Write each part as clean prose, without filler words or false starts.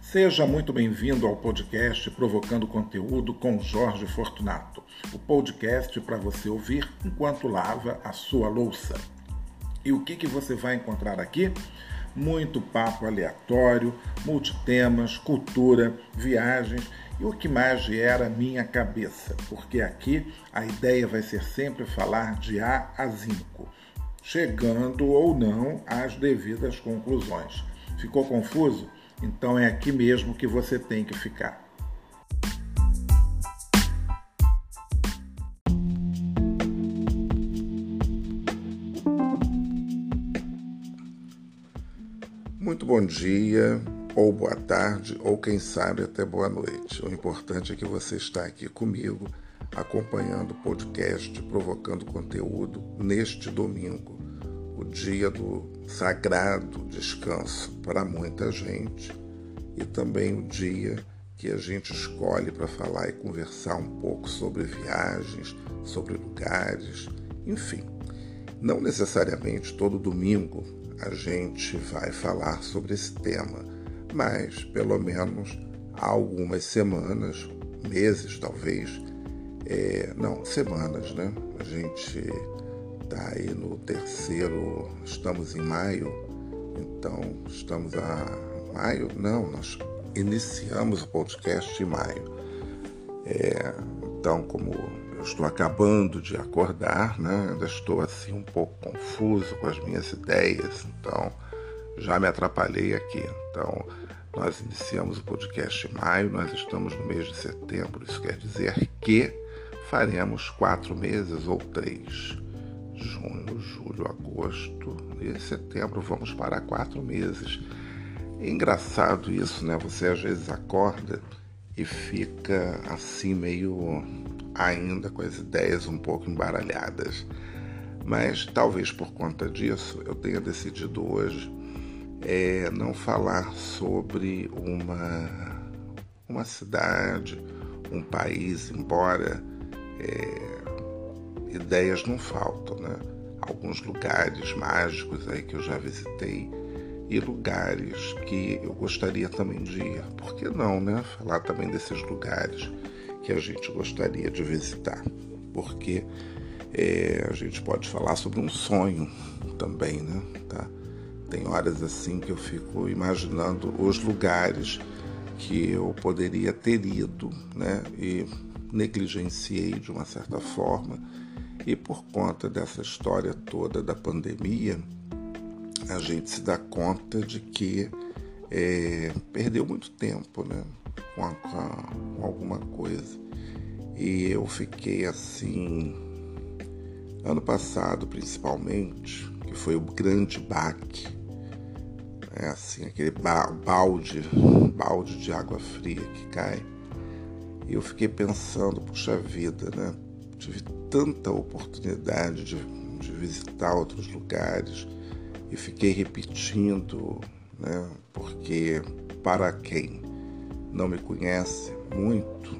Seja muito bem-vindo ao podcast Provocando Conteúdo com Jorge Fortunato. O podcast para você ouvir enquanto lava a sua louça. E o que você vai encontrar aqui? Muito papo aleatório, multitemas, cultura, viagens e o que mais gera a minha cabeça, porque aqui a ideia vai ser sempre falar de A a Zinco, chegando ou não às devidas conclusões. Ficou confuso? Então é aqui mesmo que você tem que ficar. Muito bom dia, ou boa tarde, ou quem sabe até boa noite. O importante é que você está aqui comigo, acompanhando o podcast Provocando Conteúdo neste domingo, o dia do sagrado descanso para muita gente e também o dia que a gente escolhe para falar e conversar um pouco sobre viagens, sobre lugares, enfim. Não necessariamente todo domingo a gente vai falar sobre esse tema, mas pelo menos há algumas semanas, meses talvez, semanas, né? A gente está aí no terceiro, estamos em maio, então estamos a maio? Não, nós iniciamos o podcast em maio. Então, como eu estou acabando de acordar, né? Ainda estou assim um pouco confuso com as minhas ideias, então já me atrapalhei aqui. Então, nós iniciamos o podcast em maio, nós estamos no mês de setembro, isso quer dizer que faremos 4 meses ou 3. Junho, julho, agosto e setembro, vamos para 4 meses. É engraçado isso, né? Você às vezes acorda e fica assim meio ainda com as ideias um pouco embaralhadas. Mas talvez por conta disso eu tenha decidido hoje não falar sobre uma cidade, um país, embora ideias não faltam, né? Alguns lugares mágicos aí que eu já visitei e lugares que eu gostaria também de ir. Por que não, né? Falar também desses lugares que a gente gostaria de visitar. Porque a gente pode falar sobre um sonho também, né? Tá? Tem horas assim que eu fico imaginando os lugares que eu poderia ter ido, né? E negligenciei de uma certa forma. E por conta dessa história toda da pandemia, a gente se dá conta de que perdeu muito tempo, né, com alguma coisa. E eu fiquei assim, ano passado principalmente, que foi o grande baque, assim, aquele balde de água fria que cai. E eu fiquei pensando, puxa vida, né? Tive tanta oportunidade de visitar outros lugares e fiquei repetindo, né? Porque para quem não me conhece muito,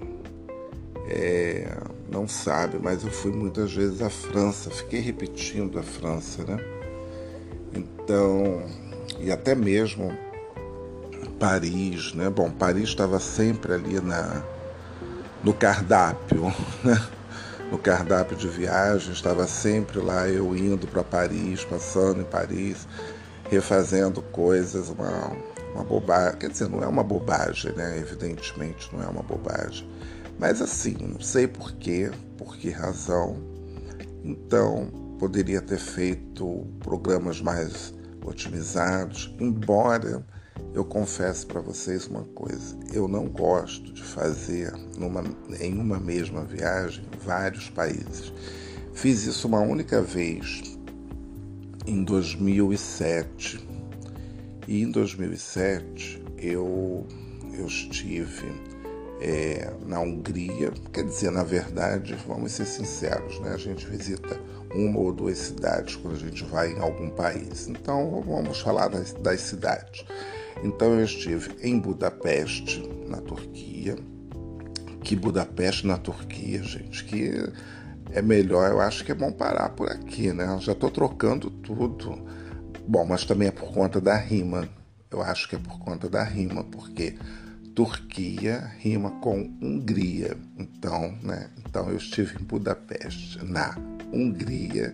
não sabe, mas eu fui muitas vezes à França, fiquei repetindo a França, né? Então, e até mesmo Paris, né? Bom, Paris estava sempre ali no cardápio, né? No cardápio de viagem, estava sempre lá eu indo para Paris, passando em Paris, refazendo coisas, uma bobagem. Quer dizer, não é uma bobagem, né? Evidentemente não é uma bobagem. Mas assim, não sei por quê, por que razão. Então, poderia ter feito programas mais otimizados, embora eu confesso para vocês uma coisa, eu não gosto de fazer em uma mesma viagem vários países. Fiz isso uma única vez em 2007 e em 2007 eu estive na Hungria. Quer dizer, na verdade, vamos ser sinceros, né? A gente visita uma ou 2 cidades quando a gente vai em algum país. Então, vamos falar das cidades. Então, eu estive em Budapeste, na Turquia. Que Budapeste, na Turquia, gente, que é melhor, eu acho que é bom parar por aqui, né? Já estou trocando tudo. Bom, mas também é por conta da rima. Eu acho que é por conta da rima, porque Turquia rima com Hungria. Então, né? Então eu estive em Budapeste, na Hungria.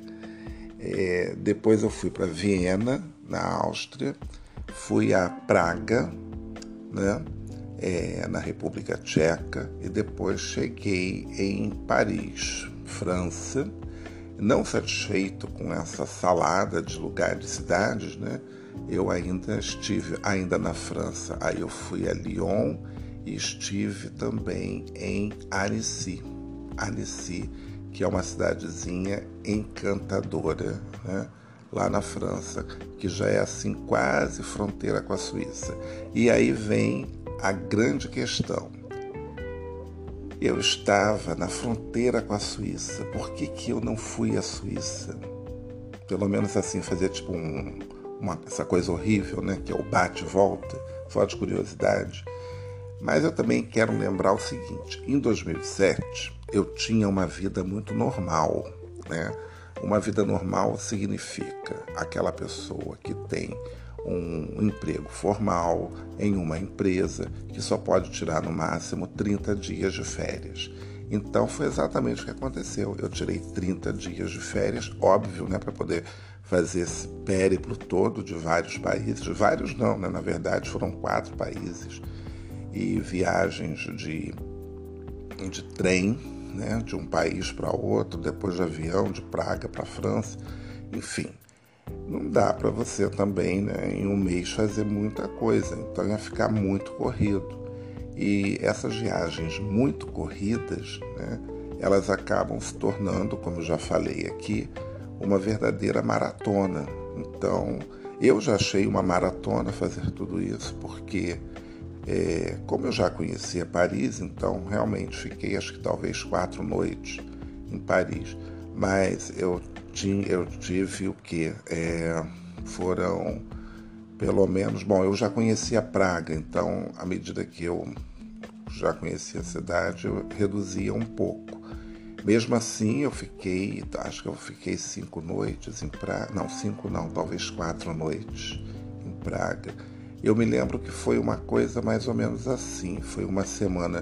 Depois eu fui para Viena, na Áustria. Fui a Praga, né? Na República Tcheca. E depois cheguei em Paris, França. Não satisfeito com essa salada de lugares e cidades, né? Eu ainda estive na França. Aí eu fui a Lyon e estive também em Annecy. Annecy, que é uma cidadezinha encantadora, né? Lá na França, que já é assim quase fronteira com a Suíça. E aí vem a grande questão. Eu estava na fronteira com a Suíça. Por que eu não fui à Suíça? Pelo menos assim, fazer tipo essa coisa horrível, né? Que é o bate e volta, só de curiosidade. Mas eu também quero lembrar o seguinte. Em 2007, eu tinha uma vida muito normal, né? Uma vida normal significa aquela pessoa que tem um emprego formal em uma empresa que só pode tirar no máximo 30 dias de férias. Então foi exatamente o que aconteceu. Eu tirei 30 dias de férias, óbvio, né, para poder fazer esse périplo todo de vários países. Vários não, né? Na verdade foram 4 países. E viagens de trem, né, de um país para outro, depois de avião, de Praga para França, enfim. Não dá para você também, né, em um mês fazer muita coisa, então ia ficar muito corrido. E essas viagens muito corridas, né, elas acabam se tornando, como eu já falei aqui, uma verdadeira maratona. Então, eu já achei uma maratona fazer tudo isso, porque como eu já conhecia Paris, então realmente fiquei acho que talvez 4 noites em Paris. Mas eu tive o quê? Foram pelo menos... Bom, eu já conhecia Praga, então à medida que eu já conhecia a cidade, eu reduzia um pouco. Mesmo assim, acho que eu fiquei 5 noites em Praga. Não, 5 não, talvez 4 noites em Praga. Eu me lembro que foi uma coisa mais ou menos assim. Foi uma semana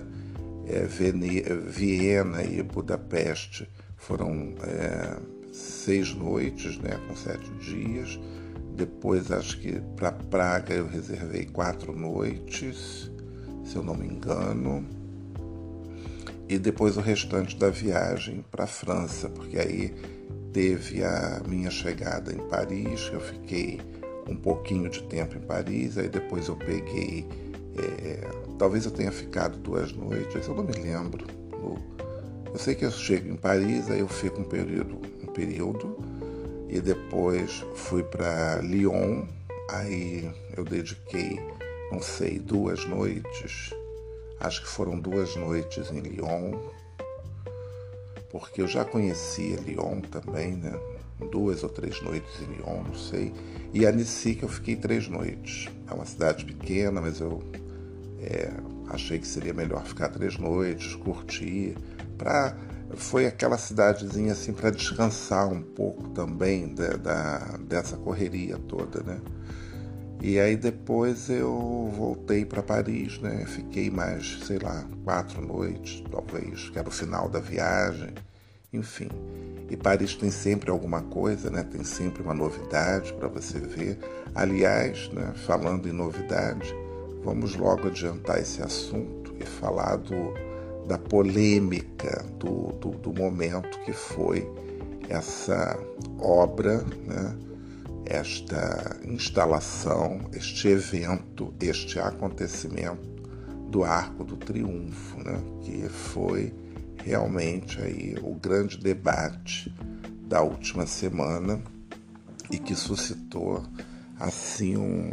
Viena e Budapeste. Foram 6 noites, né, com 7 dias. Depois, acho que para Praga eu reservei 4 noites, se eu não me engano. E depois o restante da viagem para a França, porque aí teve a minha chegada em Paris, eu fiquei um pouquinho de tempo em Paris, aí depois eu peguei, talvez eu tenha ficado 2 noites, eu não me lembro. Eu sei que eu chego em Paris, aí eu fico um período e depois fui para Lyon, aí eu dediquei, não sei, 2 noites, acho que foram 2 noites em Lyon, porque eu já conhecia Lyon também, né? 2 ou 3 noites em Lyon, não sei. E Annecy, que eu fiquei 3 noites. É uma cidade pequena, mas eu achei que seria melhor ficar 3 noites, curtir. Foi aquela cidadezinha assim para descansar um pouco também dessa correria toda, né? E aí depois eu voltei para Paris, né? Fiquei mais, sei lá, 4 noites, talvez, que era o final da viagem, enfim. E Paris tem sempre alguma coisa, né? Tem sempre uma novidade para você ver. Aliás, né, falando em novidade, vamos logo adiantar esse assunto e falar da polêmica do momento que foi essa obra, né? Esta instalação, este evento, este acontecimento do Arco do Triunfo, né? Que foi realmente aí o grande debate da última semana e que suscitou assim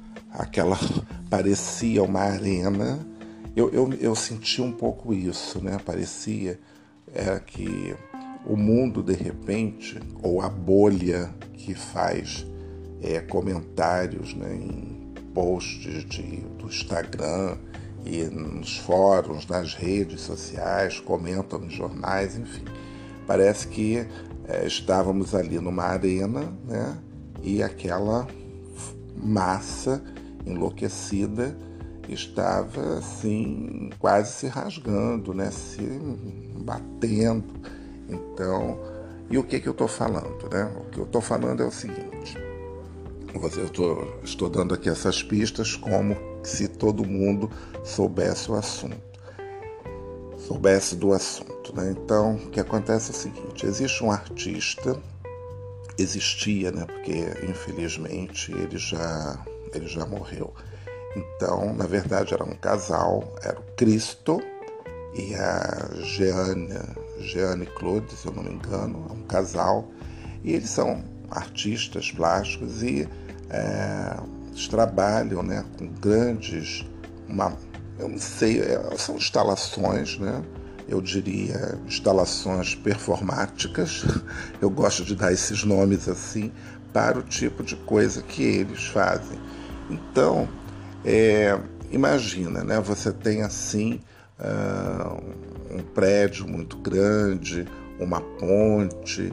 parecia uma arena. Eu senti um pouco isso, né? Parecia que o mundo, de repente, ou a bolha que faz comentários, né, em posts do Instagram e nos fóruns, nas redes sociais, comentam nos jornais, enfim. Parece que estávamos ali numa arena, né, e aquela massa enlouquecida, estava assim, quase se rasgando, né? Se batendo. Então, e o que eu estou falando, né? O que eu estou falando é o seguinte: estou dando aqui essas pistas como se todo mundo soubesse o assunto, soubesse do assunto, né? Então, o que acontece é o seguinte: existe um artista, existia, né? Porque infelizmente ele já morreu. Então, na verdade, era um casal, era o Cristo e a Jeanne Claude, se eu não me engano, é um casal, e eles são artistas plásticos e eles trabalham, né, com grandes, eu não sei, são instalações, né? Eu diria instalações performáticas, eu gosto de dar esses nomes assim, para o tipo de coisa que eles fazem. Então, imagina, né? Você tem assim um prédio muito grande, uma ponte,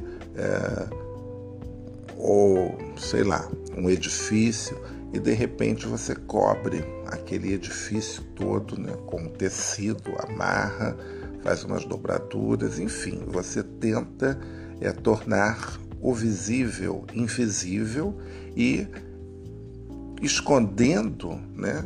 ou sei lá, um edifício, e de repente você cobre aquele edifício todo, né, com tecido, amarra, faz umas dobraduras, enfim, você tenta tornar o visível invisível e escondendo, né,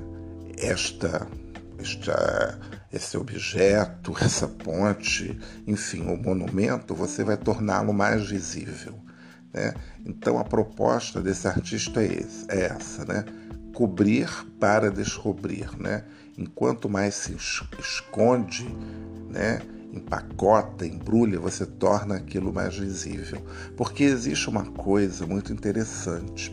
esse objeto, essa ponte, enfim, o monumento, você vai torná-lo mais visível, né? Então a proposta desse artista é essa, né? Cobrir para descobrir, né? Enquanto mais se esconde, né, empacota, embrulha, você torna aquilo mais visível. Porque existe uma coisa muito interessante,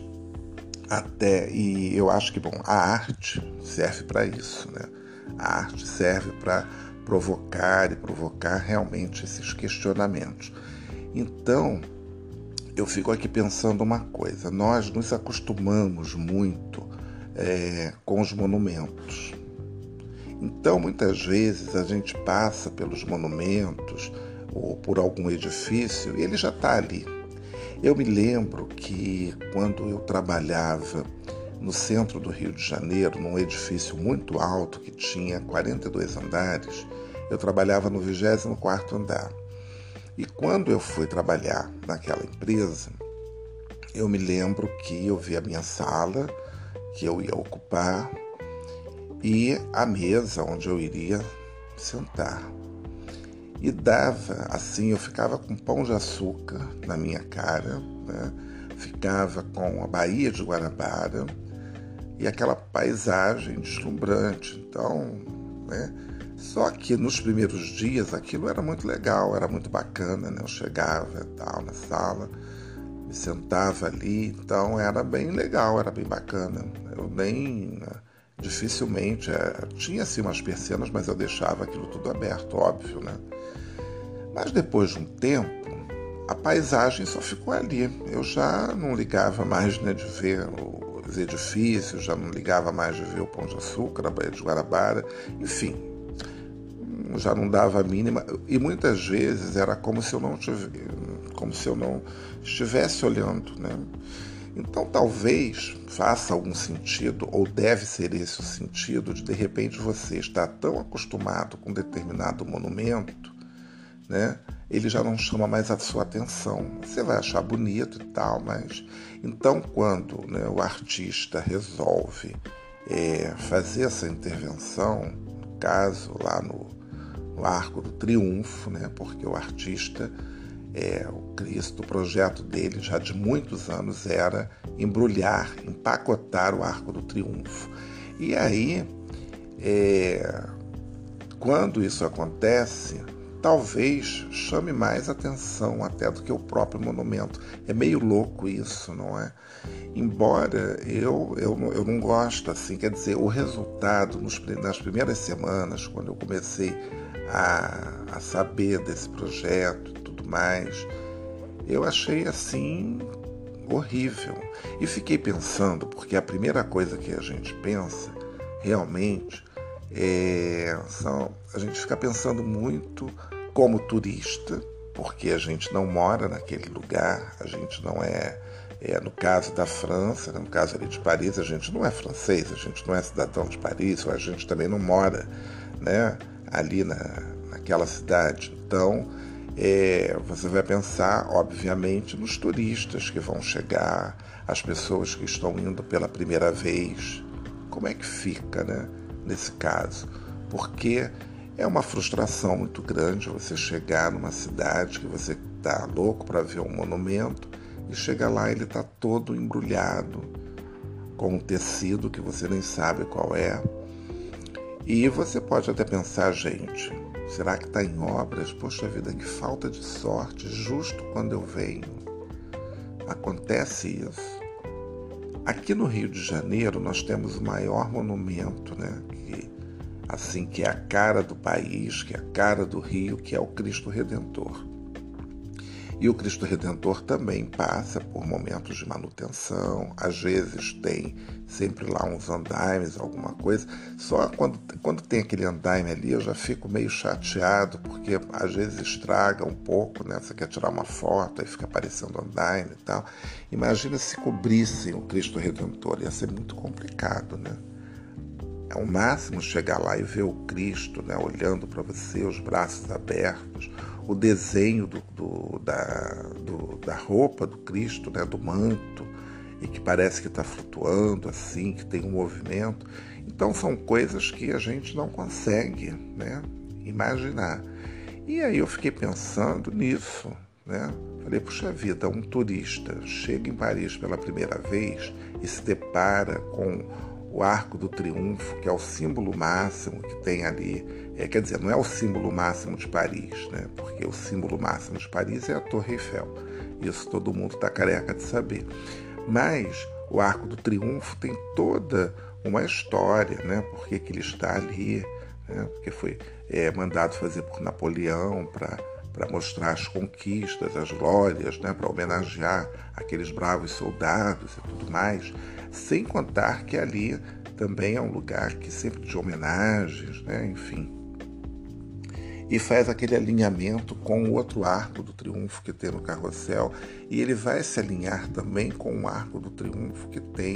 e eu acho que, bom, a arte serve para isso, né? A arte serve para provocar realmente esses questionamentos. Então, eu fico aqui pensando uma coisa: nós nos acostumamos muito com os monumentos. Então, muitas vezes, a gente passa pelos monumentos ou por algum edifício e ele já está ali. Eu me lembro que quando eu trabalhava no centro do Rio de Janeiro, num edifício muito alto que tinha 42 andares, eu trabalhava no 24º andar. E quando eu fui trabalhar naquela empresa, eu me lembro que eu vi a minha sala, que eu ia ocupar, e a mesa onde eu iria sentar. E dava, assim, eu ficava com pão de açúcar na minha cara, né? Ficava com a Baía de Guanabara e aquela paisagem deslumbrante. Então, né? Só que nos primeiros dias aquilo era muito legal, era muito bacana, né? Eu chegava tal na sala, me sentava ali, então era bem legal, era bem bacana. Eu nem... dificilmente, tinha assim umas persianas, mas eu deixava aquilo tudo aberto, óbvio, né? Mas depois de um tempo, a paisagem só ficou ali. Eu já não ligava mais, né, de ver os edifícios, já não ligava mais de ver o Pão de Açúcar, a Baía de Guanabara, enfim, já não dava a mínima. E muitas vezes era como se eu não estivesse olhando, né? Então talvez faça algum sentido, ou deve ser esse o sentido, de repente você estar tão acostumado com determinado monumento, né? Ele já não chama mais a sua atenção. Você vai achar bonito e tal, mas... Então quando, né, o artista resolve fazer essa intervenção, no caso lá no Arco do Triunfo, né? Porque o artista... o Cristo, o projeto dele já de muitos anos era embrulhar, empacotar o Arco do Triunfo. E aí, quando isso acontece, talvez chame mais atenção até do que o próprio monumento. É meio louco isso, não é? Embora eu não gosto, assim, quer dizer, o resultado nas primeiras semanas, quando eu comecei a saber desse projeto e tudo mais, eu achei assim horrível. E fiquei pensando, porque a primeira coisa que a gente pensa realmente a gente fica pensando muito como turista, porque a gente não mora naquele lugar, a gente não é No caso da França, no caso ali de Paris, a gente não é francês, a gente não é cidadão de Paris, a gente também não mora, né, ali naquela cidade. Então, você vai pensar, obviamente, nos turistas que vão chegar, as pessoas que estão indo pela primeira vez. Como é que fica, né, nesse caso? Porque é uma frustração muito grande você chegar numa cidade que você está louco para ver um monumento e chega lá e ele está todo embrulhado com um tecido que você nem sabe qual é. E você pode até pensar, gente, será que está em obras? Poxa vida, que falta de sorte, justo quando eu venho. Acontece isso. Aqui no Rio de Janeiro nós temos o maior monumento, né? Que é a cara do país, que é a cara do Rio, que é o Cristo Redentor. E o Cristo Redentor também passa por momentos de manutenção, às vezes tem sempre lá uns andaimes, alguma coisa. Só quando tem aquele andaime ali eu já fico meio chateado, porque às vezes estraga um pouco, né? Você quer tirar uma foto, aí fica aparecendo andaime e tal. Imagina se cobrissem o Cristo Redentor, ia ser muito complicado, né? É o máximo chegar lá e ver o Cristo, né, olhando para você, os braços abertos, o desenho da roupa do Cristo, né, do manto, e que parece que está flutuando assim, que tem um movimento. Então são coisas que a gente não consegue, né, imaginar. E aí eu fiquei pensando nisso, né? Falei, puxa vida, um turista chega em Paris pela primeira vez e se depara com o Arco do Triunfo, que é o símbolo máximo que tem ali. Quer dizer, não é o símbolo máximo de Paris, né? Porque o símbolo máximo de Paris é a Torre Eiffel. Isso todo mundo está careca de saber. Mas o Arco do Triunfo tem toda uma história, né? Por que ele está ali, né? Porque foi mandado fazer por Napoleão para mostrar as conquistas, as glórias, né? Para homenagear aqueles bravos soldados e tudo mais. Sem contar que ali também é um lugar que sempre de homenagens, né? Enfim. E faz aquele alinhamento com o outro Arco do Triunfo que tem no Carrossel. E ele vai se alinhar também com o Arco do Triunfo que tem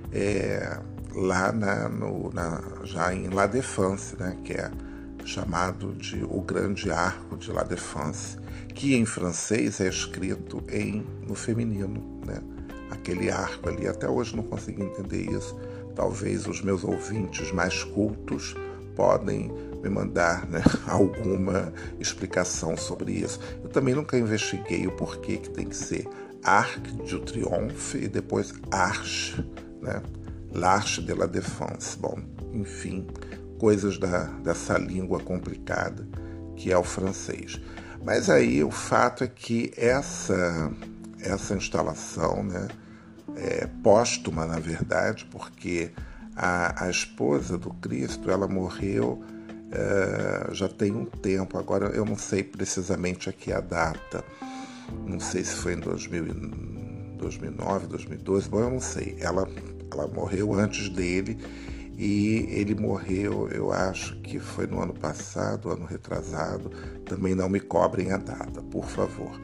lá já em La Défense, né? Que é chamado de o Grande Arco de La Défense, que em francês é escrito no feminino, né? Aquele arco ali, até hoje não consegui entender isso. Talvez os meus ouvintes mais cultos podem me mandar, né, alguma explicação sobre isso. Eu também nunca investiguei o porquê que tem que ser Arc de Triomphe e depois Arche, né? L'Arche de la Défense. Bom, enfim, coisas dessa língua complicada que é o francês. Mas aí o fato é que essa instalação, né, póstuma, na verdade, porque a esposa do Cristo, ela morreu já tem um tempo. Agora eu não sei precisamente aqui a data, não sei se foi em 2009, 2012, bom, eu não sei. Ela morreu antes dele e ele morreu, eu acho que foi no ano passado, ano retrasado. Também não me cobrem a data, por favor.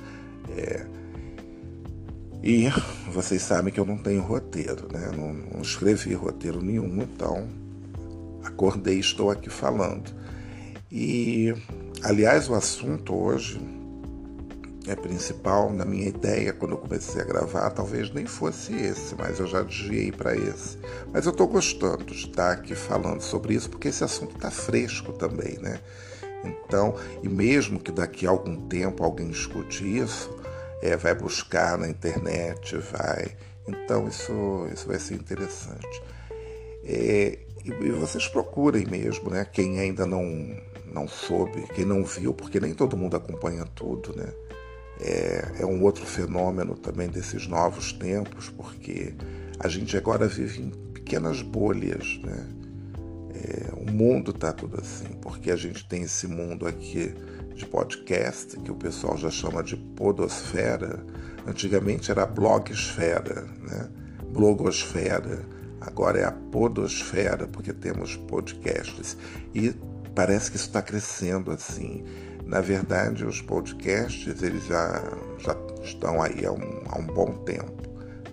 E vocês sabem que eu não tenho roteiro, né? Não escrevi roteiro nenhum, então acordei e estou aqui falando. E, aliás, o assunto hoje principal na minha ideia, quando eu comecei a gravar, talvez nem fosse esse, mas eu já desviei para esse. Mas eu estou gostando de estar aqui falando sobre isso, porque esse assunto está fresco também, né? Então, e mesmo que daqui a algum tempo alguém escute isso, vai buscar na internet, Então, isso vai ser interessante. E vocês procurem mesmo, né? Quem ainda não soube, quem não viu, porque nem todo mundo acompanha tudo, né? É um outro fenômeno também desses novos tempos, porque a gente agora vive em pequenas bolhas, né? O mundo está tudo assim, porque a gente tem esse mundo aqui de podcast, que o pessoal já chama de podosfera. Antigamente era blogsfera, né? Blogosfera. Agora é a podosfera, porque temos podcasts. E parece que isso está crescendo assim. Na verdade, os podcasts eles já estão aí há um bom tempo,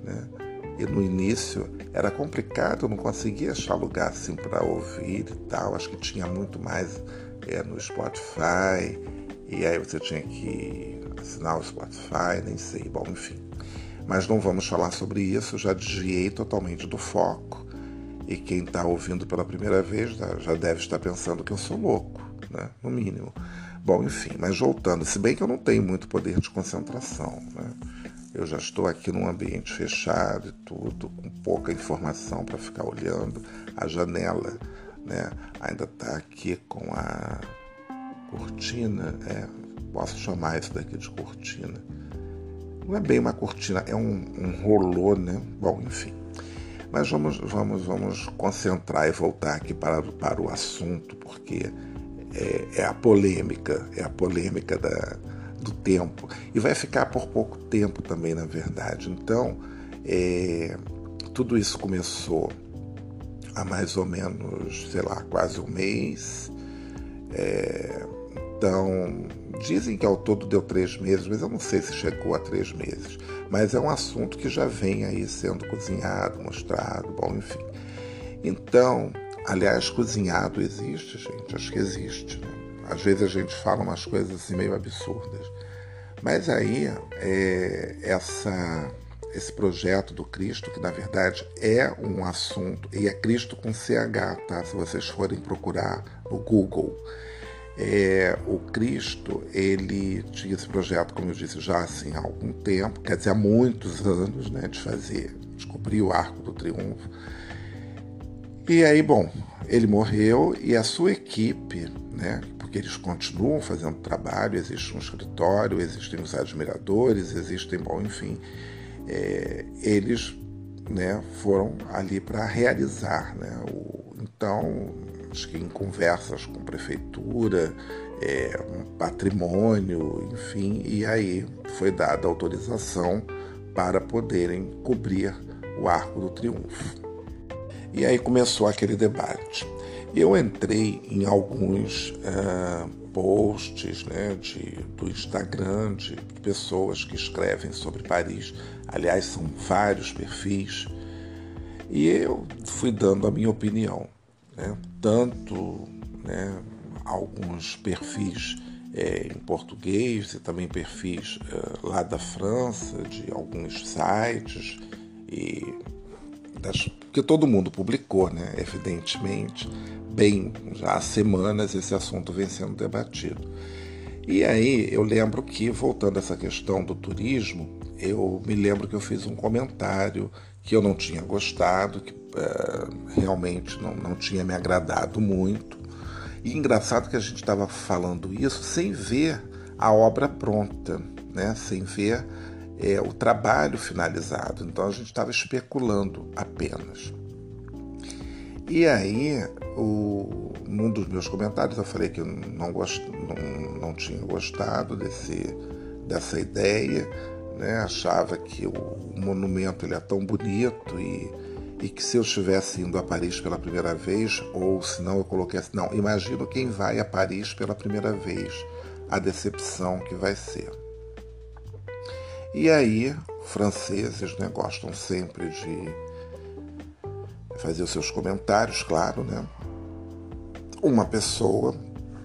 né? E no início era complicado, eu não conseguia achar lugar assim para ouvir e tal. Acho que tinha muito mais no Spotify, e aí você tinha que assinar o Spotify, nem sei, bom, enfim. Mas não vamos falar sobre isso, eu já desviei totalmente do foco. E quem está ouvindo pela primeira vez já deve estar pensando que eu sou louco, né? No mínimo. Bom, enfim, mas voltando, se bem que eu não tenho muito poder de concentração, né? Eu já estou aqui num ambiente fechado e tudo, com pouca informação para ficar olhando. A janela, né, ainda está aqui com a cortina, posso chamar isso daqui de cortina. Não é bem uma cortina, é um rolô, né? Bom, enfim. Mas vamos concentrar e voltar aqui para o assunto, porque é a polêmica do tempo. E vai ficar por pouco tempo também, na verdade. Então, tudo isso começou há mais ou menos, sei lá, quase um mês. Então, dizem que ao todo deu 3 meses, mas eu não sei se chegou a 3 meses. Mas é um assunto que já vem aí sendo cozinhado, mostrado, bom, enfim. Então, aliás, cozinhado existe, gente? Acho que existe, né? Às vezes a gente fala umas coisas assim meio absurdas. Mas aí, esse projeto do Cristo, que na verdade é um assunto, e é Cristo com CH, tá? Se vocês forem procurar no Google. O Cristo, ele tinha esse projeto, como eu disse, já assim, há algum tempo, quer dizer, há muitos anos, né, de descobrir o Arco do Triunfo. E aí, bom, ele morreu e a sua equipe, né, porque eles continuam fazendo trabalho, existe um escritório, existem os admiradores, existem, bom, enfim, eles, né, foram ali para realizar, né, então, acho que em conversas com prefeitura, um patrimônio, enfim, e aí foi dada autorização para poderem cobrir o Arco do Triunfo. E aí começou aquele debate. Eu entrei em alguns posts, né, do Instagram de pessoas que escrevem sobre Paris. Aliás, são vários perfis. E eu fui dando a minha opinião, né? Tanto, né, alguns perfis em português e também perfis lá da França, de alguns sites, que todo mundo publicou, né? Evidentemente, bem, já há semanas esse assunto vem sendo debatido. E aí eu lembro que, voltando a essa questão do turismo, eu me lembro que eu fiz um comentário que eu não tinha gostado, que realmente não tinha me agradado muito. E engraçado que a gente estava falando isso sem ver a obra pronta, né? Sem ver o trabalho finalizado. Então a gente estava especulando apenas. E aí, num dos meus comentários, eu falei que eu não tinha gostado dessa ideia, né? Achava que o monumento ele é tão bonito e que se eu estivesse indo a Paris pela primeira vez, ou se não eu coloquei assim, não, imagino quem vai a Paris pela primeira vez, a decepção que vai ser. E aí, franceses, né, gostam sempre de fazer os seus comentários, claro, né? Uma pessoa,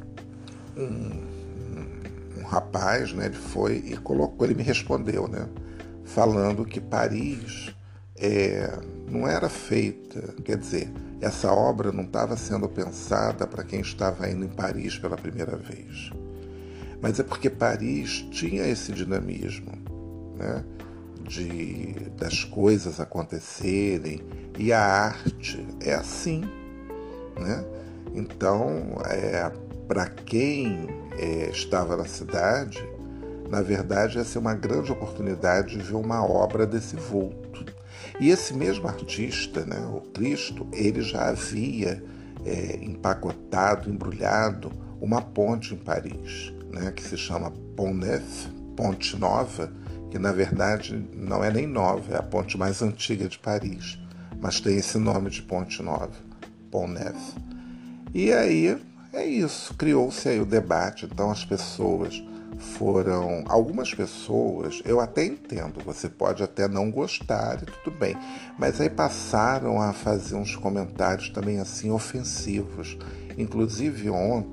um rapaz, né, ele foi e colocou, ele me respondeu, né, falando que Paris não era feita, quer dizer, essa obra não estava sendo pensada para quem estava indo em Paris pela primeira vez. Mas é porque Paris tinha esse dinamismo, né, das coisas acontecerem, e a arte é assim, né? Então, para quem estava na cidade, na verdade, essa é uma grande oportunidade de ver uma obra desse vulto. E esse mesmo artista, né, o Cristo, ele já havia empacotado, embrulhado uma ponte em Paris, né, que se chama Pont Neuf, Ponte Nova, que na verdade não é nem nova, é a ponte mais antiga de Paris, mas tem esse nome de Ponte Nova, Pont Neuf. E aí é isso, criou-se aí o debate, então as pessoas foram algumas pessoas, eu até entendo, você pode até não gostar e tudo bem, mas aí passaram a fazer uns comentários também assim ofensivos. Inclusive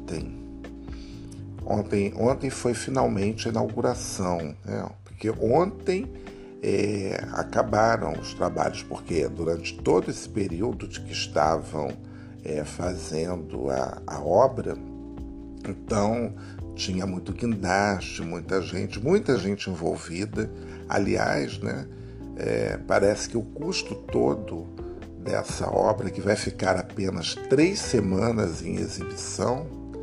ontem foi finalmente a inauguração, né? Porque ontem acabaram os trabalhos, porque durante todo esse período de que estavam fazendo a obra, então tinha muito guindaste, muita gente envolvida. Aliás, né, parece que o custo todo dessa obra, que vai ficar apenas 3 semanas em exibição,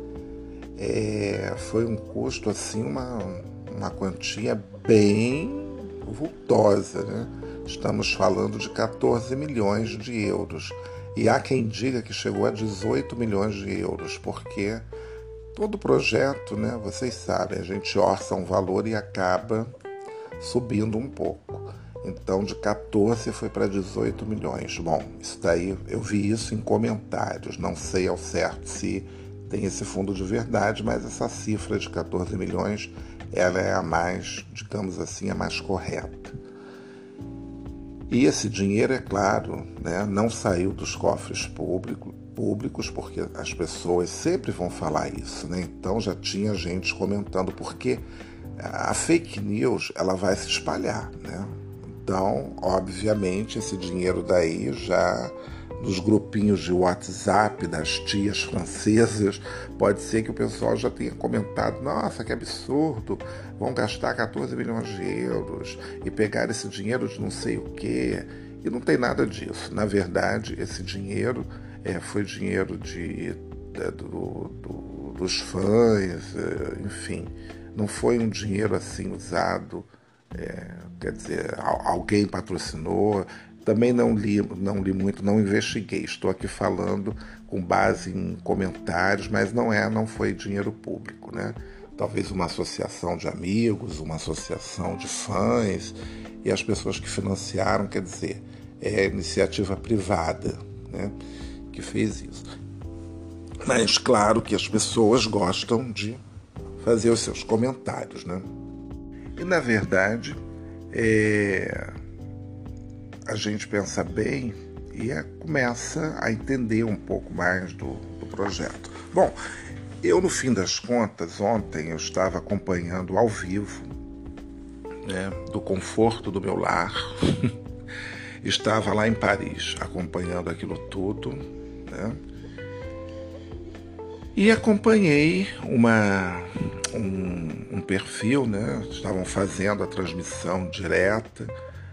foi um custo, assim, uma quantia bem vultosa, né? Estamos falando de 14 milhões de euros. E há quem diga que chegou a 18 milhões de euros, porque todo projeto, né, vocês sabem, a gente orça um valor e acaba subindo um pouco. Então, de 14 foi para 18 milhões. Bom, isso daí, eu vi isso em comentários. Não sei ao certo se tem esse fundo de verdade, mas essa cifra de 14 milhões, ela é a mais, digamos assim, a mais correta. E esse dinheiro, é claro, né, não saiu dos cofres públicos, porque as pessoas sempre vão falar isso, né? Então já tinha gente comentando, porque a fake news, ela vai se espalhar, né? Então, obviamente, esse dinheiro daí já nos grupinhos de WhatsApp das tias francesas, pode ser que o pessoal já tenha comentado: nossa, que absurdo, vão gastar 14 milhões de euros e pegar esse dinheiro de não sei o quê. E não tem nada disso. Na verdade, esse dinheiro foi dinheiro dos fãs, enfim, não foi um dinheiro assim usado, quer dizer, alguém patrocinou. Também não li muito, não investiguei. Estou aqui falando com base em comentários, mas não foi dinheiro público, né? Talvez uma associação de amigos, uma associação de fãs, e as pessoas que financiaram, quer dizer, é iniciativa privada, né, que fez isso. Mas claro que as pessoas gostam de fazer os seus comentários, né? E na verdade, a gente pensa bem e começa a entender um pouco mais do projeto. Bom, eu, no fim das contas, ontem eu estava acompanhando ao vivo, né, do conforto do meu lar. Estava lá em Paris acompanhando aquilo tudo, né? E acompanhei um perfil, né? Estavam fazendo a transmissão direta.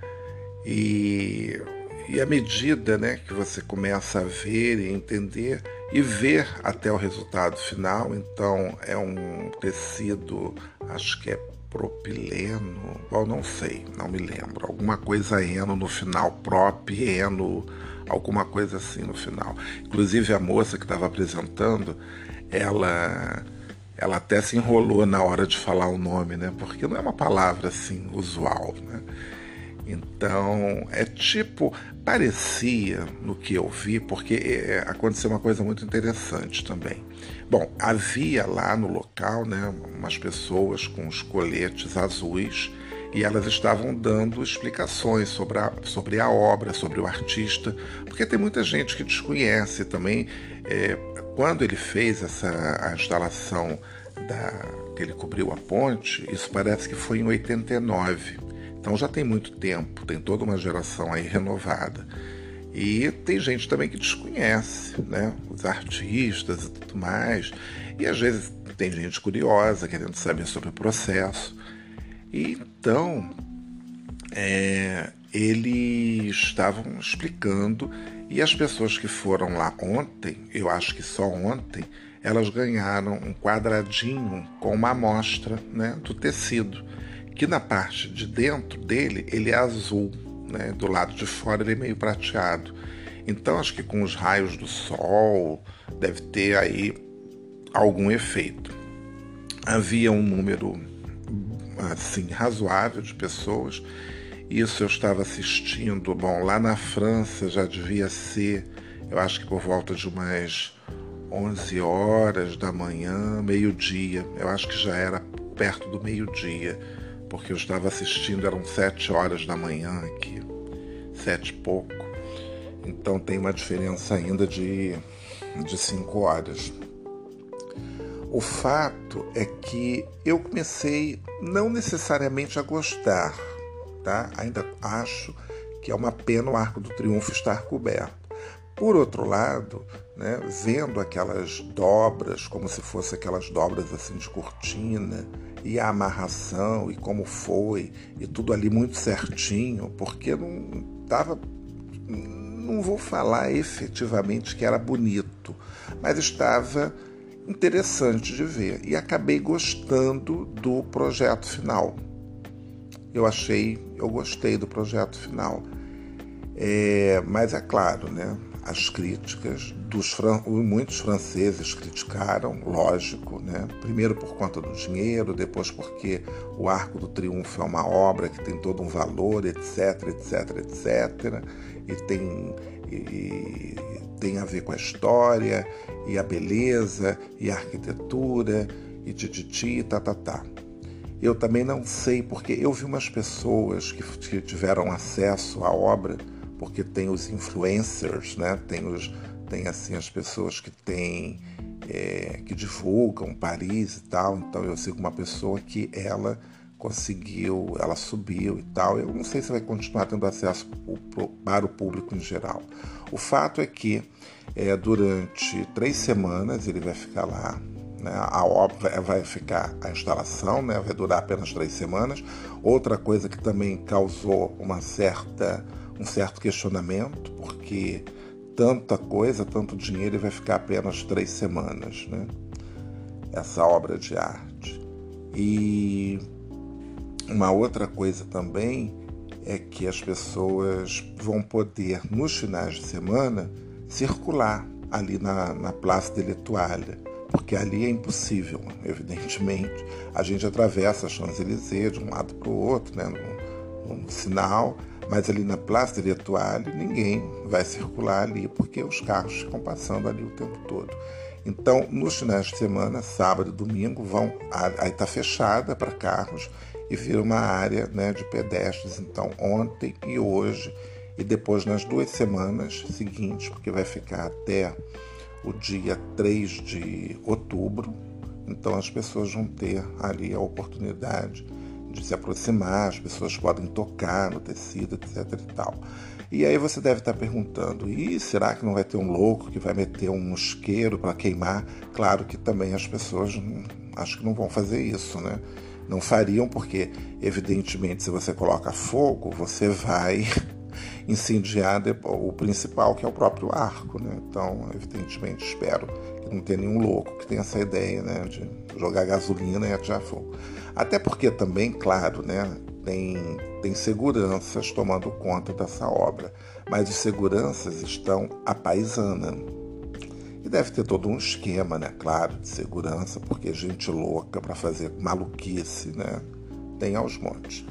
E à medida, né, que você começa a ver e entender e ver até o resultado final, então é um tecido, acho que é propileno, bom, não sei, não me lembro, alguma coisa eno no final, propeno, alguma coisa assim no final. Inclusive a moça que estava apresentando, ela até se enrolou na hora de falar o nome, né, porque não é uma palavra assim usual, né? Então, parecia no que eu vi, porque aconteceu uma coisa muito interessante também. Bom, havia lá no local, né, umas pessoas com os coletes azuis, e elas estavam dando explicações sobre a obra, sobre o artista, porque tem muita gente que desconhece também. Quando ele fez a instalação que ele cobriu a ponte, isso parece que foi em 89. Então já tem muito tempo, tem toda uma geração aí renovada. E tem gente também que desconhece, né, os artistas e tudo mais. E às vezes tem gente curiosa, querendo saber sobre o processo. E então, eles estavam explicando, e as pessoas que foram lá ontem, eu acho que só ontem, elas ganharam um quadradinho com uma amostra, né, do tecido, que na parte de dentro dele, ele é azul, né? Do lado de fora ele é meio prateado. Então acho que com os raios do sol deve ter aí algum efeito. Havia um número assim razoável de pessoas. Isso eu estava assistindo, bom, lá na França já devia ser, eu acho que por volta de umas 11 horas da manhã, meio-dia. Eu acho que já era perto do meio-dia, porque eu estava assistindo, eram 7 horas da manhã aqui, 7 e pouco. Então tem uma diferença ainda de 5 horas. O fato é que eu comecei não necessariamente a gostar, tá? Ainda acho que é uma pena o Arco do Triunfo estar coberto. Por outro lado, né, vendo aquelas dobras, como se fossem aquelas dobras assim de cortina, e a amarração, e como foi, e tudo ali muito certinho, porque não vou falar efetivamente que era bonito, mas estava interessante de ver. E acabei gostando do projeto final. Eu gostei do projeto final. Mas é claro, né? As críticas muitos franceses criticaram, lógico, né? Primeiro por conta do dinheiro, depois porque o Arco do Triunfo é uma obra que tem todo um valor, etc, etc, etc, e tem a ver com a história, e a beleza, e a arquitetura, e tititi, tá. Eu também não sei, porque eu vi umas pessoas que tiveram acesso à obra, porque tem os influencers, né? Tem assim as pessoas que que divulgam Paris e tal. Então eu sigo uma pessoa que ela subiu e tal. Eu não sei se vai continuar tendo acesso para o público em geral. O fato é que durante 3 semanas ele vai ficar lá, né? A obra vai ficar, a instalação, né? Vai durar apenas 3 semanas. Outra coisa que também causou um certo questionamento, porque tanta coisa, tanto dinheiro, vai ficar apenas 3 semanas, né? Essa obra de arte. E uma outra coisa também é que as pessoas vão poder, nos finais de semana, circular ali na Place de l'Étoile, porque ali é impossível, evidentemente. A gente atravessa a Champs-Élysées de um lado para o outro, né, num sinal, mas ali na Place de l'Étoile ninguém vai circular ali, porque os carros ficam passando ali o tempo todo. Então, nos finais de semana, sábado e domingo, aí está fechada para carros e vira uma área, né, de pedestres. Então, ontem e hoje, e depois nas 2 semanas seguintes, porque vai ficar até o dia 3 de outubro, então as pessoas vão ter ali a oportunidade de se aproximar, as pessoas podem tocar no tecido, etc e tal. E aí você deve estar perguntando, será que não vai ter um louco que vai meter um mosqueiro para queimar? Claro que também as pessoas acho que não vão fazer isso, né? Não fariam porque, evidentemente, se você coloca fogo, você vai incendiar o principal, que é o próprio arco, né? Então, evidentemente, espero que não tenha nenhum louco que tenha essa ideia, né, de jogar gasolina e atirar fogo. Até porque também, claro, né, tem seguranças tomando conta dessa obra, mas os seguranças estão à paisana. E deve ter todo um esquema, né, claro, de segurança, porque gente louca para fazer maluquice, né, tem aos montes.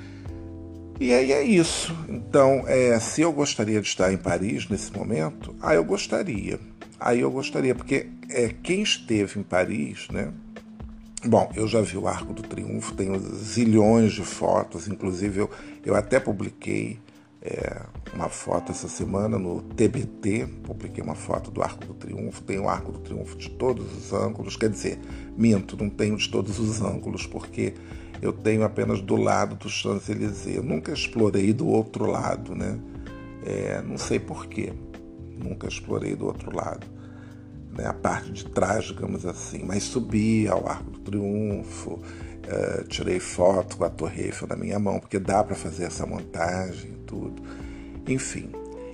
E aí é isso. Então, se eu gostaria de estar em Paris nesse momento, eu gostaria. Porque quem esteve em Paris, né? Bom, eu já vi o Arco do Triunfo, tenho zilhões de fotos, inclusive eu até publiquei uma foto essa semana no TBT, publiquei uma foto do Arco do Triunfo, tenho o Arco do Triunfo de todos os ângulos, quer dizer, minto, não tenho de todos os ângulos, porque eu tenho apenas do lado do Champs-Élysées. Eu nunca explorei do outro lado, né? Não sei porquê. Nunca explorei do outro lado, né? A parte de trás, digamos assim. Mas subi ao Arco do Triunfo, tirei foto com a Torre Eiffel na minha mão, porque dá para fazer essa montagem e tudo. Enfim,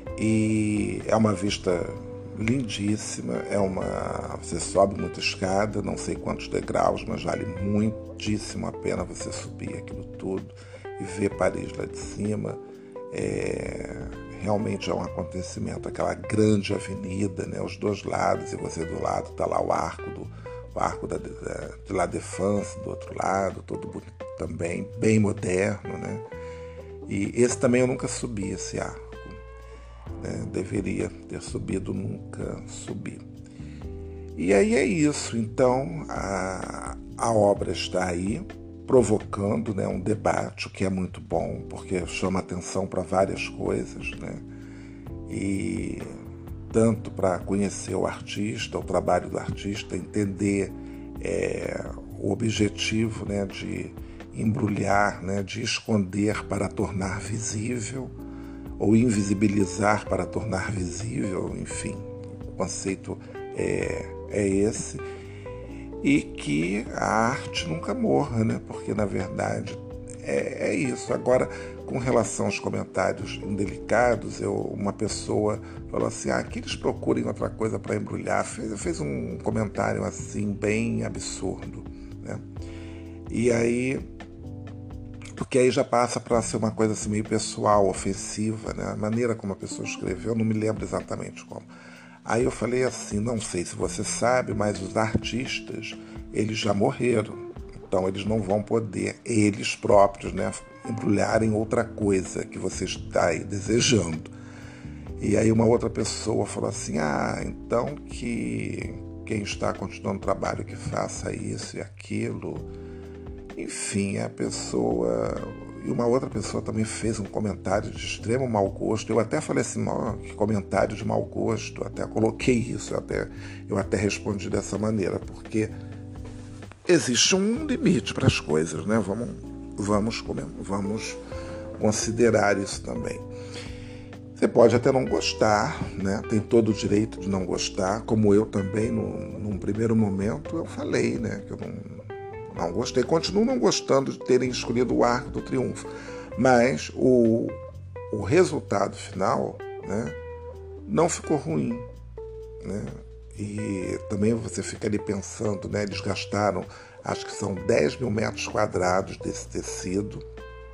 e é uma vista lindíssima, você sobe muita escada, não sei quantos degraus, mas vale muitíssimo a pena você subir aquilo tudo e ver Paris lá de cima. Realmente é um acontecimento, aquela grande avenida, né, os 2 lados, e você do lado está lá o arco de La Défense, do outro lado, todo bonito também, bem moderno, né? E esse também eu nunca subi, esse arco. Deveria ter subido, nunca subi. E aí é isso. Então, a obra está aí, provocando, né, um debate, o que é muito bom, porque chama atenção para várias coisas, né? E tanto para conhecer o artista, o trabalho do artista, entender o objetivo, né, de embrulhar, né, de esconder para tornar visível, ou invisibilizar para tornar visível, enfim, o conceito é esse. E que a arte nunca morra, né? Porque, na verdade, é isso. Agora, com relação aos comentários indelicados, uma pessoa falou assim, que eles procurem outra coisa para embrulhar. Fez um comentário assim, bem absurdo, né? E aí, porque aí já passa para ser uma coisa assim, meio pessoal, ofensiva, né? A maneira como a pessoa escreveu, eu não me lembro exatamente como. Aí eu falei assim, não sei se você sabe, mas os artistas, eles já morreram. Então eles não vão poder, eles próprios, né, embrulharem outra coisa que você está aí desejando. E aí uma outra pessoa falou assim, então que quem está continuando o trabalho que faça isso e aquilo. Enfim, a pessoa... E uma outra pessoa também fez um comentário de extremo mau gosto. Eu até falei assim, que comentário de mau gosto. Até coloquei isso, eu até respondi dessa maneira, porque existe um limite para as coisas, né? Vamos considerar isso também. Você pode até não gostar, né? Tem todo o direito de não gostar, como eu também, num primeiro momento, eu falei, né? Que eu não gostei, continuo não gostando de terem escolhido o Arco do Triunfo, mas o resultado final, né, não ficou ruim, né? E também você fica ali pensando, né, eles gastaram, acho que são 10 mil metros quadrados desse tecido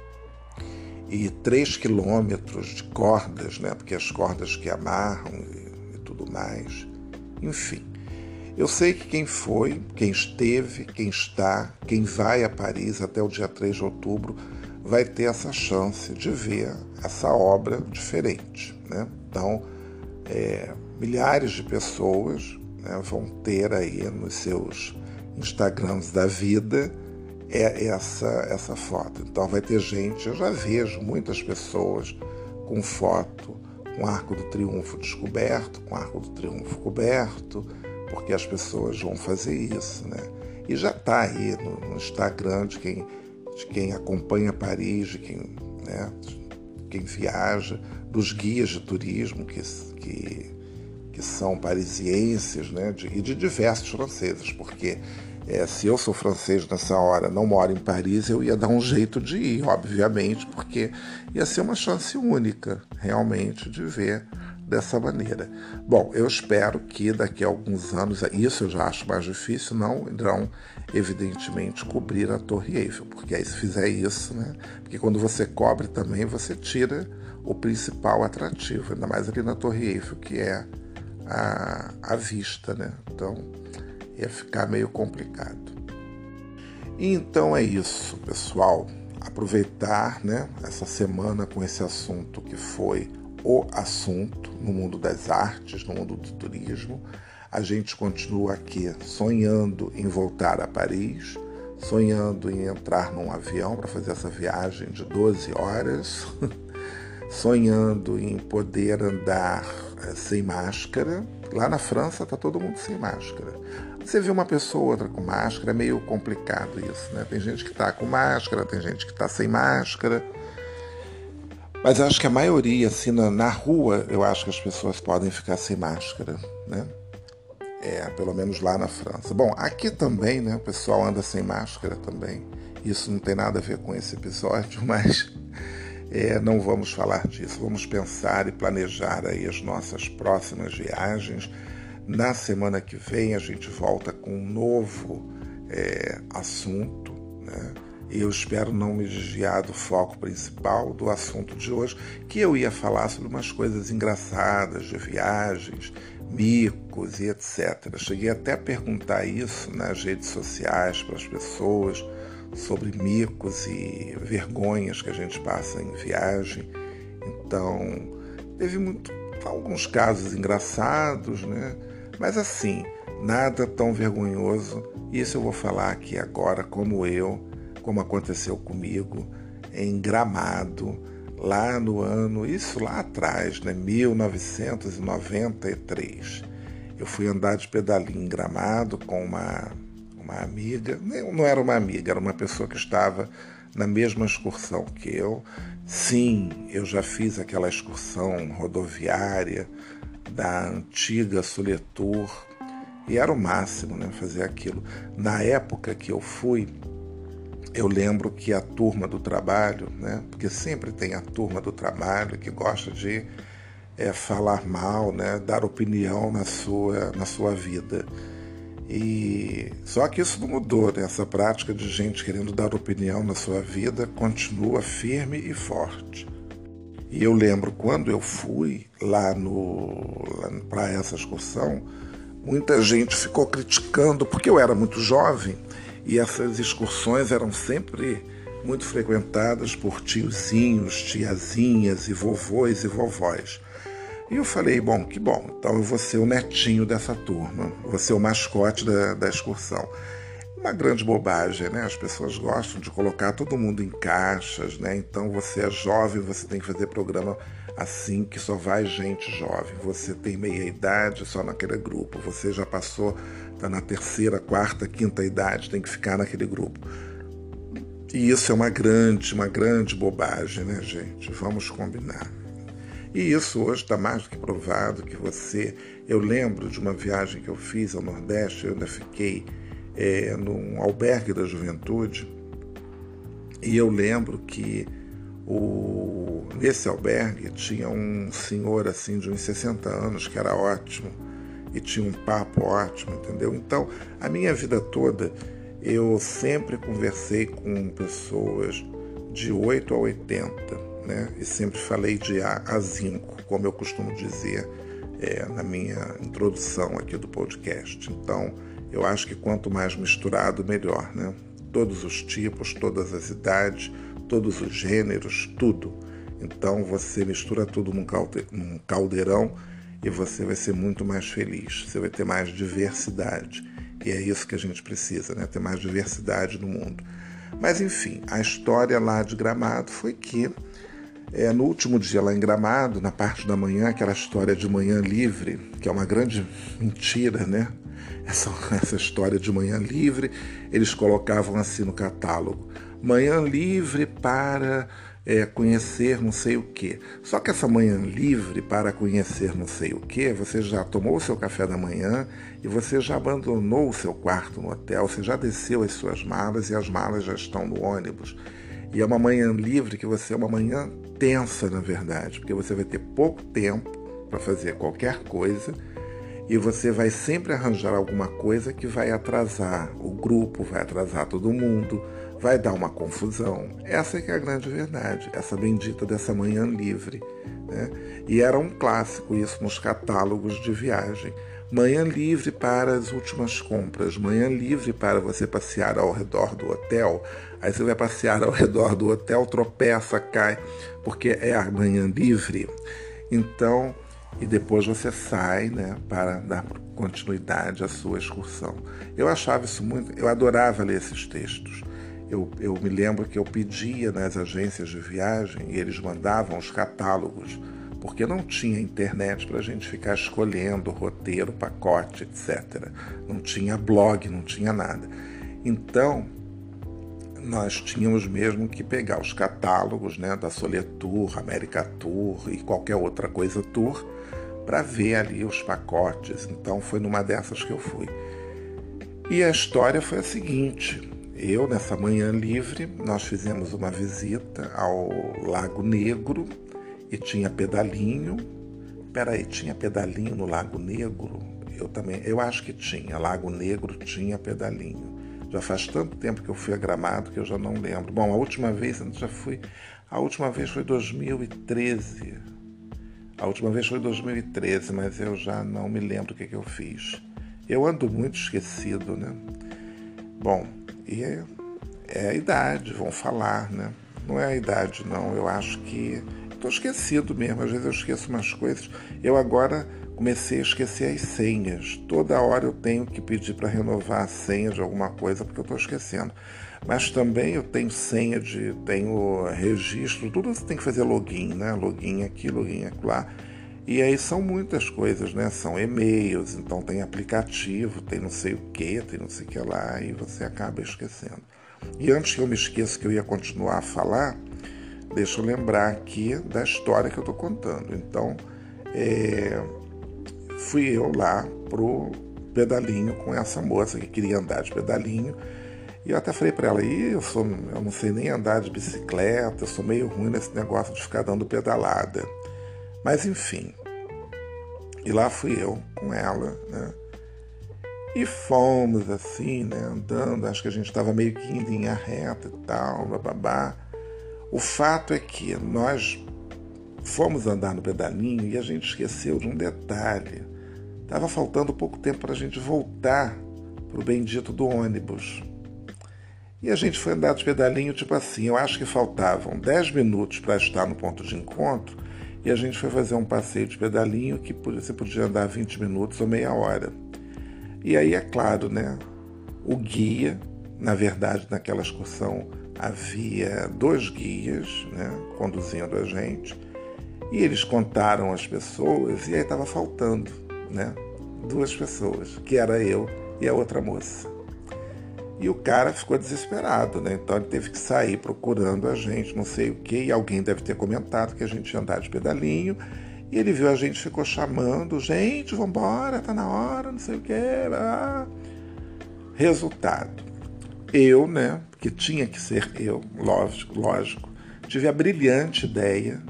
e 3 quilômetros de cordas, né, porque as cordas que amarram e tudo mais, enfim. Eu sei que quem foi, quem esteve, quem está, quem vai a Paris até o dia 3 de outubro vai ter essa chance de ver essa obra diferente, né? Então, milhares de pessoas, né, vão ter aí nos seus Instagrams da vida essa foto. Então vai ter gente, eu já vejo muitas pessoas com foto com Arco do Triunfo descoberto, com Arco do Triunfo coberto, porque as pessoas vão fazer isso, né? E já está aí no Instagram de quem acompanha Paris, de quem viaja, dos guias de turismo que são parisienses, né? E de diversos franceses, porque se eu sou francês nessa hora, não moro em Paris, eu ia dar um jeito de ir, obviamente, porque ia ser uma chance única, realmente, de ver dessa maneira. Bom, eu espero que daqui a alguns anos, isso eu já acho mais difícil, não irão, evidentemente, cobrir a Torre Eiffel, porque aí se fizer isso, né? Porque quando você cobre também, você tira o principal atrativo, ainda mais ali na Torre Eiffel, que é a vista, né? Então, ia ficar meio complicado. E então é isso, pessoal. Aproveitar, né, essa semana com esse assunto que foi o assunto no mundo das artes, no mundo do turismo. A gente continua aqui sonhando em voltar a Paris, sonhando em entrar num avião para fazer essa viagem de 12 horas, sonhando em poder andar sem máscara. Lá na França está todo mundo sem máscara. Você vê uma pessoa ou outra com máscara, é meio complicado isso, né? Tem gente que está com máscara, tem gente que está sem máscara. Mas eu acho que a maioria, assim, na rua, eu acho que as pessoas podem ficar sem máscara, né? Pelo menos lá na França. Bom, aqui também, né? O pessoal anda sem máscara também. Isso não tem nada a ver com esse episódio, mas não vamos falar disso. Vamos pensar e planejar aí as nossas próximas viagens. Na semana que vem a gente volta com um novo assunto, né? E eu espero não me desviar do foco principal do assunto de hoje, que eu ia falar sobre umas coisas engraçadas de viagens, micos e etc. Cheguei até a perguntar isso nas redes sociais para as pessoas, sobre micos e vergonhas que a gente passa em viagem. Então, teve alguns casos engraçados, né? Mas assim, Nada tão vergonhoso. Isso eu vou falar aqui agora, como aconteceu comigo em Gramado, lá no ano, isso lá atrás, né, 1993. Eu fui andar de pedalinho em Gramado com uma amiga, não era uma amiga, era uma pessoa que estava na mesma excursão que eu. Sim, eu já fiz aquela excursão rodoviária da antiga Soletur e era o máximo, né, fazer aquilo. Na época que eu fui, eu lembro que a turma do trabalho, né, porque sempre tem a turma do trabalho que gosta de falar mal, né, dar opinião na sua vida. E só que isso não mudou, né? Essa prática de gente querendo dar opinião na sua vida continua firme e forte. E eu lembro quando eu fui lá para essa excursão, muita gente ficou criticando, porque eu era muito jovem e essas excursões eram sempre muito frequentadas por tiozinhos, tiazinhas e vovôs e vovós. E eu falei, bom, que bom, então eu vou ser o netinho dessa turma, vou ser o mascote da excursão. Uma grande bobagem, né? As pessoas gostam de colocar todo mundo em caixas, né? Então você é jovem, você tem que fazer programa assim, que só vai gente jovem. Você tem meia idade só naquele grupo. Você já passou, está na terceira, quarta, quinta idade, tem que ficar naquele grupo. E isso é uma grande bobagem, né, gente? Vamos combinar. E isso hoje está mais do que provado que você... Eu lembro de uma viagem que eu fiz ao Nordeste, eu ainda fiquei num albergue da juventude, e eu lembro que nesse albergue tinha um senhor assim de uns 60 anos que era ótimo, e tinha um papo ótimo, entendeu? Então, a minha vida toda, eu sempre conversei com pessoas de 8 a 80, né? E sempre falei de A a Zinco, como eu costumo dizer na minha introdução aqui do podcast. Então, eu acho que quanto mais misturado, melhor, né? Todos os tipos, todas as idades, todos os gêneros, tudo. Então, você mistura tudo num caldeirão e você vai ser muito mais feliz. Você vai ter mais diversidade. E é isso que a gente precisa, né? Ter mais diversidade no mundo. Mas, enfim, a história lá de Gramado foi que no último dia lá em Gramado, na parte da manhã, aquela história de manhã livre, que é uma grande mentira, né? Essa história de manhã livre, eles colocavam assim no catálogo: manhã livre para conhecer não sei o quê. Só que essa manhã livre para conhecer não sei o quê, você já tomou o seu café da manhã e você já abandonou o seu quarto no hotel, você já desceu as suas malas e as malas já estão no ônibus. E é uma manhã livre que é uma manhã tensa, na verdade, porque você vai ter pouco tempo para fazer qualquer coisa e você vai sempre arranjar alguma coisa que vai atrasar o grupo, vai atrasar todo mundo, vai dar uma confusão. Essa é que é a grande verdade, essa bendita dessa manhã livre, né? E era um clássico isso nos catálogos de viagem. Manhã livre para as últimas compras, manhã livre para você passear ao redor do hotel. Aí você vai passear ao redor do hotel, tropeça, cai, porque é a manhã livre. Então, e depois você sai, né, para dar continuidade à sua excursão. Eu achava isso muito, eu adorava ler esses textos. Eu me lembro que eu pedia nas agências de viagem e eles mandavam os catálogos, porque não tinha internet para a gente ficar escolhendo roteiro, pacote, etc. Não tinha blog, não tinha nada. Então, nós tínhamos mesmo que pegar os catálogos, né, da Soletur, América Tour e qualquer outra coisa Tour, para ver ali os pacotes. Então, foi numa dessas que eu fui. E a história foi a seguinte: eu, nessa manhã livre, nós fizemos uma visita ao Lago Negro, e tinha pedalinho. Peraí, tinha pedalinho no Lago Negro? Eu acho que tinha. Lago Negro tinha pedalinho. Já faz tanto tempo que eu fui a Gramado que eu já não lembro. Bom, a última vez foi 2013. A última vez foi 2013, mas eu já não me lembro o que eu fiz. Eu ando muito esquecido, né? Bom, e é a idade, vão falar, né? Não é a idade, não. Eu acho que estou esquecido mesmo. Às vezes eu esqueço umas coisas. Eu agora, comecei a esquecer as senhas. Toda hora eu tenho que pedir para renovar a senha de alguma coisa porque eu estou esquecendo. Mas também eu tenho tenho registro, tudo você tem que fazer login, né? Login aqui, login lá. E aí são muitas coisas, né? São e-mails, então tem aplicativo, tem não sei o que, tem não sei o que lá, e você acaba esquecendo. E antes que eu me esqueça que eu ia continuar a falar, deixa eu lembrar aqui da história que eu estou contando. Então, fui eu lá pro pedalinho com essa moça que queria andar de pedalinho. E eu até falei para ela, eu não sei nem andar de bicicleta, eu sou meio ruim nesse negócio de ficar dando pedalada. Mas enfim, e lá fui eu com ela, né? E fomos assim, né, andando, acho que a gente estava meio que indo em linha reta e tal, bababá. O fato é que nós fomos andar no pedalinho e a gente esqueceu de um detalhe. Estava faltando pouco tempo para a gente voltar para o bendito do ônibus. E a gente foi andar de pedalinho, tipo assim, eu acho que faltavam 10 minutos para estar no ponto de encontro e a gente foi fazer um passeio de pedalinho que você podia andar 20 minutos ou meia hora. E aí, é claro, né, o guia, na verdade, naquela excursão havia 2 guias, né, conduzindo a gente, e eles contaram as pessoas e aí estava faltando, né, 2 pessoas, que era eu e a outra moça. E o cara ficou desesperado, né? Então ele teve que sair procurando a gente, não sei o quê, e alguém deve ter comentado que a gente ia andar de pedalinho, e ele viu a gente, ficou chamando, gente, vambora, tá na hora, não sei o quê. Resultado, eu, né, porque tinha que ser eu, lógico, tive a brilhante ideia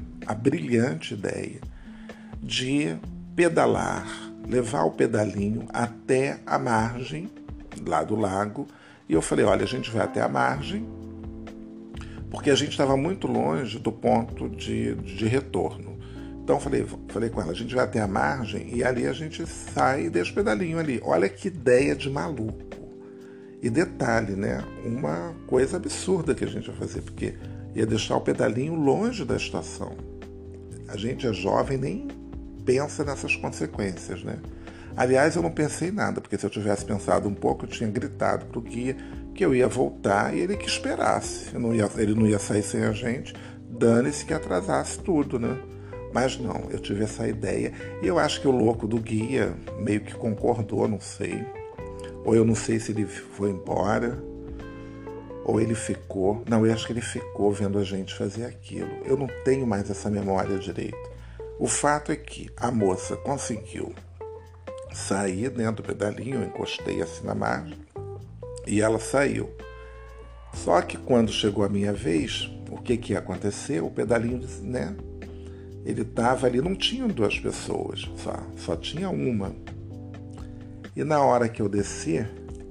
de pedalar, levar o pedalinho até a margem lá do lago. E eu falei, olha, a gente vai até a margem, porque a gente estava muito longe do ponto de retorno. Então falei com ela, a gente vai até a margem e ali a gente sai e deixa o pedalinho ali. Olha que ideia de maluco. E detalhe, né? Uma coisa absurda que a gente ia fazer, porque ia deixar o pedalinho longe da estação. A gente é jovem, nem pensa nessas consequências, né? Aliás, eu não pensei nada, porque se eu tivesse pensado um pouco, eu tinha gritado para o guia que eu ia voltar e ele que esperasse. Ele não ia sair sem a gente, dane-se que atrasasse tudo, né? Mas não, eu tive essa ideia e eu acho que o louco do guia meio que concordou, não sei. Ou eu não sei se ele foi embora, ou ele ficou. Não, eu acho que ele ficou vendo a gente fazer aquilo. Eu não tenho mais essa memória direito. O fato é que a moça conseguiu saí dentro do pedalinho, eu encostei assim na margem e ela saiu. Só que quando chegou a minha vez, o que aconteceu? O pedalinho, né? Ele estava ali, não tinham 2 pessoas, só tinha uma. E na hora que eu desci,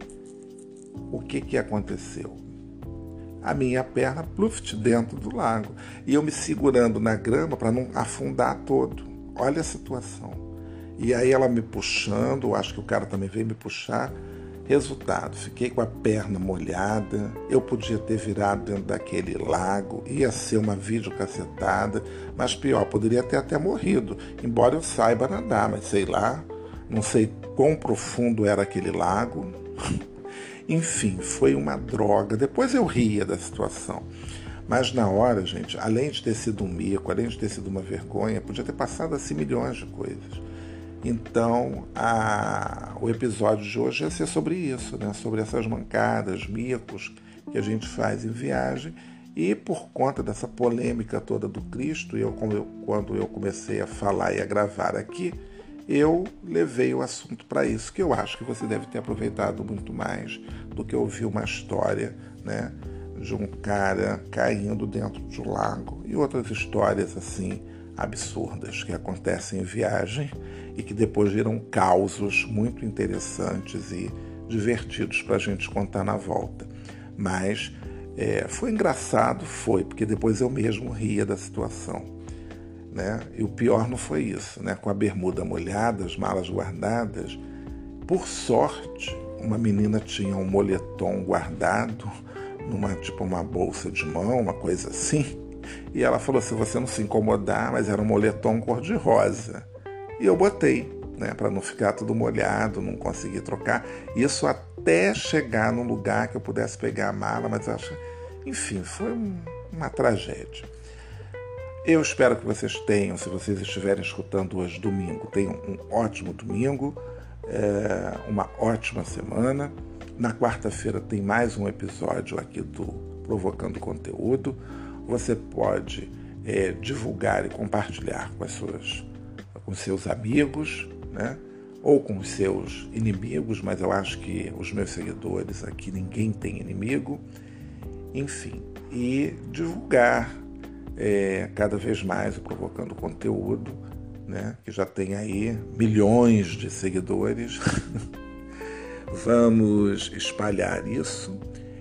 o que aconteceu? A minha perna, pluft, dentro do lago. E eu me segurando na grama para não afundar todo. Olha a situação. E aí ela me puxando, acho que o cara também veio me puxar. Resultado, fiquei com a perna molhada, eu podia ter virado dentro daquele lago, ia ser uma videocacetada, mas pior, poderia ter até morrido, embora eu saiba nadar, mas sei lá, não sei quão profundo era aquele lago. Enfim, foi uma droga. Depois eu ria da situação. Mas na hora, gente, além de ter sido um mico, além de ter sido uma vergonha, podia ter passado assim milhões de coisas. Então, o episódio de hoje ia ser sobre isso, né? Sobre essas mancadas, micos que a gente faz em viagem. E por conta dessa polêmica toda do Cristo, quando eu comecei a falar e a gravar aqui, eu levei o assunto para isso, que eu acho que você deve ter aproveitado muito mais do que ouvir uma história, né, de um cara caindo dentro de um lago e outras histórias assim absurdas que acontecem em viagem e que depois viram causos muito interessantes e divertidos para a gente contar na volta. Mas foi engraçado, porque depois eu mesmo ria da situação. Né? E o pior não foi isso, né? Com a bermuda molhada, as malas guardadas. Por sorte, uma menina tinha um moletom guardado uma bolsa de mão, uma coisa assim. E ela falou, se você não se incomodar, mas era um moletom cor-de-rosa. E eu botei, né, para não ficar tudo molhado, não conseguir trocar. Isso até chegar num lugar que eu pudesse pegar a mala, mas acho, enfim, foi uma tragédia. Eu espero que vocês tenham, se vocês estiverem escutando hoje domingo, tenham um ótimo domingo, uma ótima semana. Na quarta-feira tem mais um episódio aqui do Provocando Conteúdo. Você pode divulgar e compartilhar com seus amigos, né? Ou com os seus inimigos, mas eu acho que os meus seguidores aqui, ninguém tem inimigo. Enfim, e divulgar cada vez mais o Provocando Conteúdo, né? Que já tem aí milhões de seguidores. Vamos espalhar isso.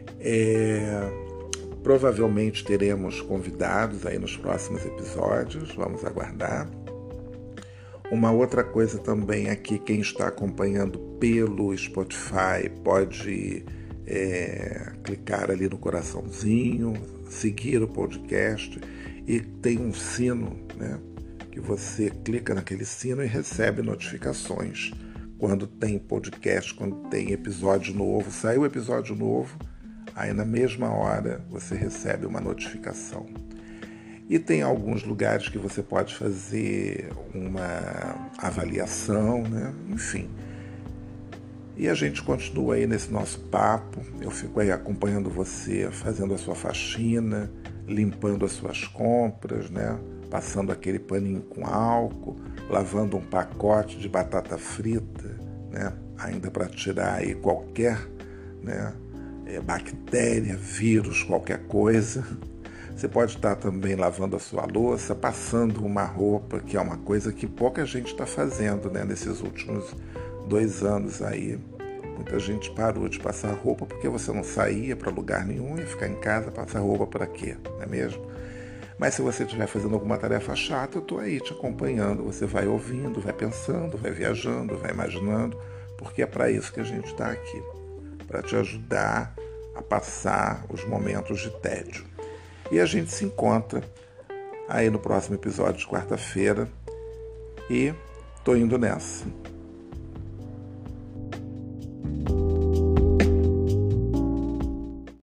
Provavelmente teremos convidados aí nos próximos episódios, vamos aguardar. Uma outra coisa também aqui, quem está acompanhando pelo Spotify pode clicar ali no coraçãozinho, seguir o podcast, e tem um sino, né, que você clica naquele sino e recebe notificações quando tem podcast, quando tem episódio novo. Saiu o episódio novo, aí na mesma hora você recebe uma notificação. E tem alguns lugares que você pode fazer uma avaliação, né? Enfim. E a gente continua aí nesse nosso papo. Eu fico aí acompanhando você, fazendo a sua faxina, limpando as suas compras, né? Passando aquele paninho com álcool, lavando um pacote de batata frita, né? Ainda para tirar aí qualquer, né, bactéria, vírus, qualquer coisa. Você pode estar também lavando a sua louça, passando uma roupa, que é uma coisa que pouca gente está fazendo, né? Nesses últimos 2 anos aí. Muita gente parou de passar roupa porque você não saía para lugar nenhum, ia ficar em casa, passar roupa para quê? Não é mesmo? Mas se você estiver fazendo alguma tarefa chata, eu estou aí te acompanhando. Você vai ouvindo, vai pensando, vai viajando, vai imaginando, porque é para isso que a gente está aqui, para te ajudar a passar os momentos de tédio. E a gente se encontra aí no próximo episódio de quarta-feira. E tô indo nessa.